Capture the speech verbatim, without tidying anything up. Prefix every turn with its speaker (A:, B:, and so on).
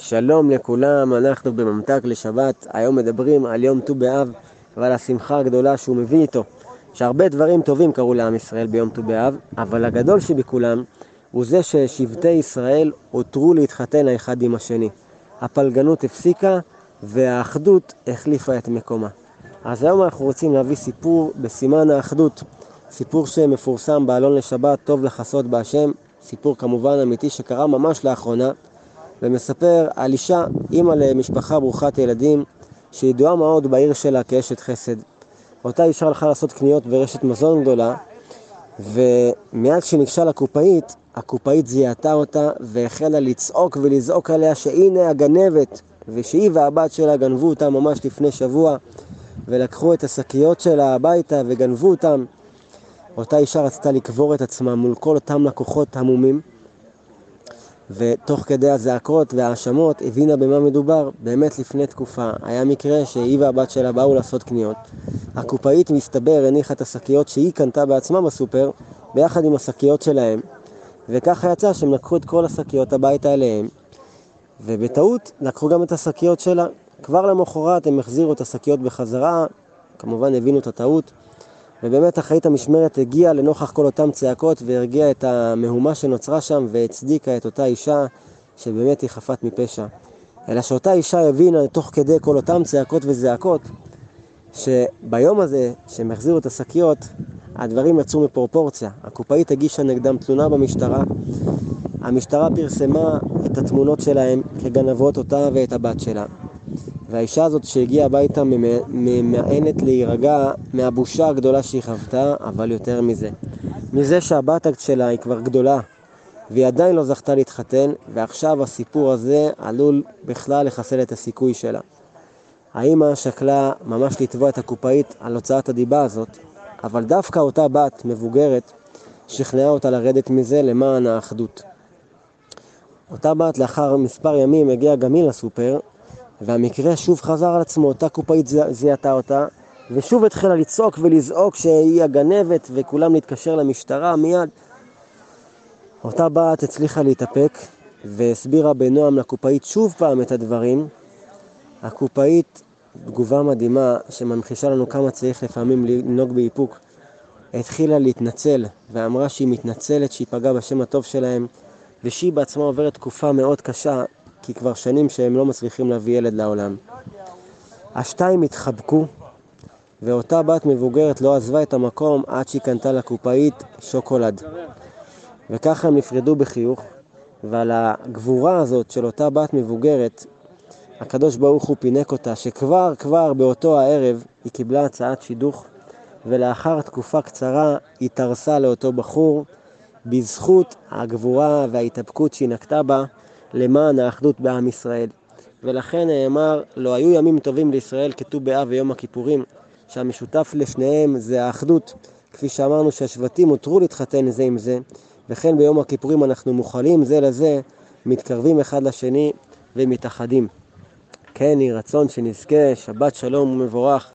A: שלום לכולם, אנחנו בממתק לשבת. היום מדברים על יום ט"ו באב ועל השמחה הגדולה שהוא מביא איתו. שהרבה דברים טובים קרו לעם ישראל ביום ט"ו באב, אבל הגדול שבכולם הוא זה ששבטי ישראל הותרו להתחתן האחד עם השני. הפלגנות הפסיקה והאחדות החליפה את מקומה. אז היום אנחנו רוצים להביא סיפור בסימן האחדות, סיפור שמפורסם בעלון לשבת טוב לחסות בהשם, סיפור כמובן אמיתי שקרה ממש לאחרונה, ומספר על אישה, אימא למשפחה ברוכת ילדים, שידועה מאוד בעיר שלה כאשת חסד. אותה אישה הלכה לעשות קניות ברשת מזון גדולה, ומיד כשניגשה לקופאית, הקופאית זיהתה אותה והחלה לצעוק ולזעוק עליה שהנה הגנבת, ושהיא והבת שלה גנבו אותה ממש לפני שבוע, ולקחו את השקיות שלה הביתה וגנבו אותם. אותה אישה רצתה לקבור את עצמה מול כל אותם לקוחות המומים, ותוך כדי הזעקות והאשמות הבינה במה מדובר. באמת לפני תקופה היה מקרה שהיא והבת שלה באו לעשות קניות. הקופאית מסתבר הניחה את השקיות שהיא קנתה בעצמה בסופר ביחד עם השקיות שלהם, וככה יצא שהם לקחו את כל השקיות הביתה אליהם, ובטעות לקחו גם את השקיות שלה. כבר למחרת הם החזירו את השקיות בחזרה, כמובן הבינו את הטעות, ובאמת אחראית המשמרת הגיעה לנוכח כל אותם צעקות והרגיעה את המהומה שנוצרה שם והצדיקה את אותה אישה שבאמת היא חפת מפשע. אלא שאותה אישה הבינה תוך כדי כל אותם צעקות וזעקות שביום הזה שהם החזירו את השקיות הדברים יצאו מפרופורציה. הקופאית הגישה נגדם תלונה במשטרה, המשטרה פרסמה את התמונות שלהם כגנבות אותה ואת הבת שלה, והאישה הזאת שהגיעה הביתה ממאנת להירגע מהבושה הגדולה שהיא חוותה, אבל יותר מזה, מזה שהבת שלה היא כבר גדולה והיא עדיין לא זכתה להתחתן, ועכשיו הסיפור הזה עלול בכלל לחסל את הסיכוי שלה. האמא שקלה ממש לתבוע את הקופאית על הוצאת הדיבה הזאת, אבל דווקא אותה בת מבוגרת שכנעה אותה לרדת מזה למען האחדות. אותה בת לאחר מספר ימים הגיעה גם היא לסופר, והמקרה שוב חזר על עצמו. אותה קופאית זיהתה אותה ושוב התחילה לצעוק ולזעוק שהיא הגנבת, וכולם להתקשר למשטרה מיד. אותה בת הצליחה להתאפק והסבירה בנועם לקופאית שוב פעם את הדברים. הקופאית, תגובה מדהימה שממחישה לנו כמה צריך לפעמים לנהוג באיפוק, התחילה להתנצל ואמרה שהיא מתנצלת שהיא פגעה בשם הטוב שלהם, ושהיא בעצמה עוברת תקופה מאוד קשה, כי כבר שנים שהם לא מצליחים להביא ילד לעולם. השתיים התחבקו, ואותה בת מבוגרת לא עזבה את המקום עד שהיא קנתה לקופאית שוקולד. וככה הם נפרדו בחיוך. ועל הגבורה הזאת של אותה בת מבוגרת, הקדוש ברוך הוא פינק אותה, שכבר כבר באותו הערב היא קיבלה הצעת שידוך, ולאחר תקופה קצרה היא תרסה לאותו בחור, בזכות הגבורה וההתאפקות שהיא נקטה בה למען האחדות בעם ישראל. ולכן נאמר, לא היו ימים טובים לישראל כט"ו באב ויום הכיפורים, שהמשותף לשניהם זה האחדות, כפי שאמרנו שהשבטים הותרו להתחתן זה עם זה, וכן ביום הכיפורים אנחנו מוכלים זה לזה, מתקרבים אחד לשני ומתאחדים. כן, יהי רצון שנזכה שבת שלום ומבורך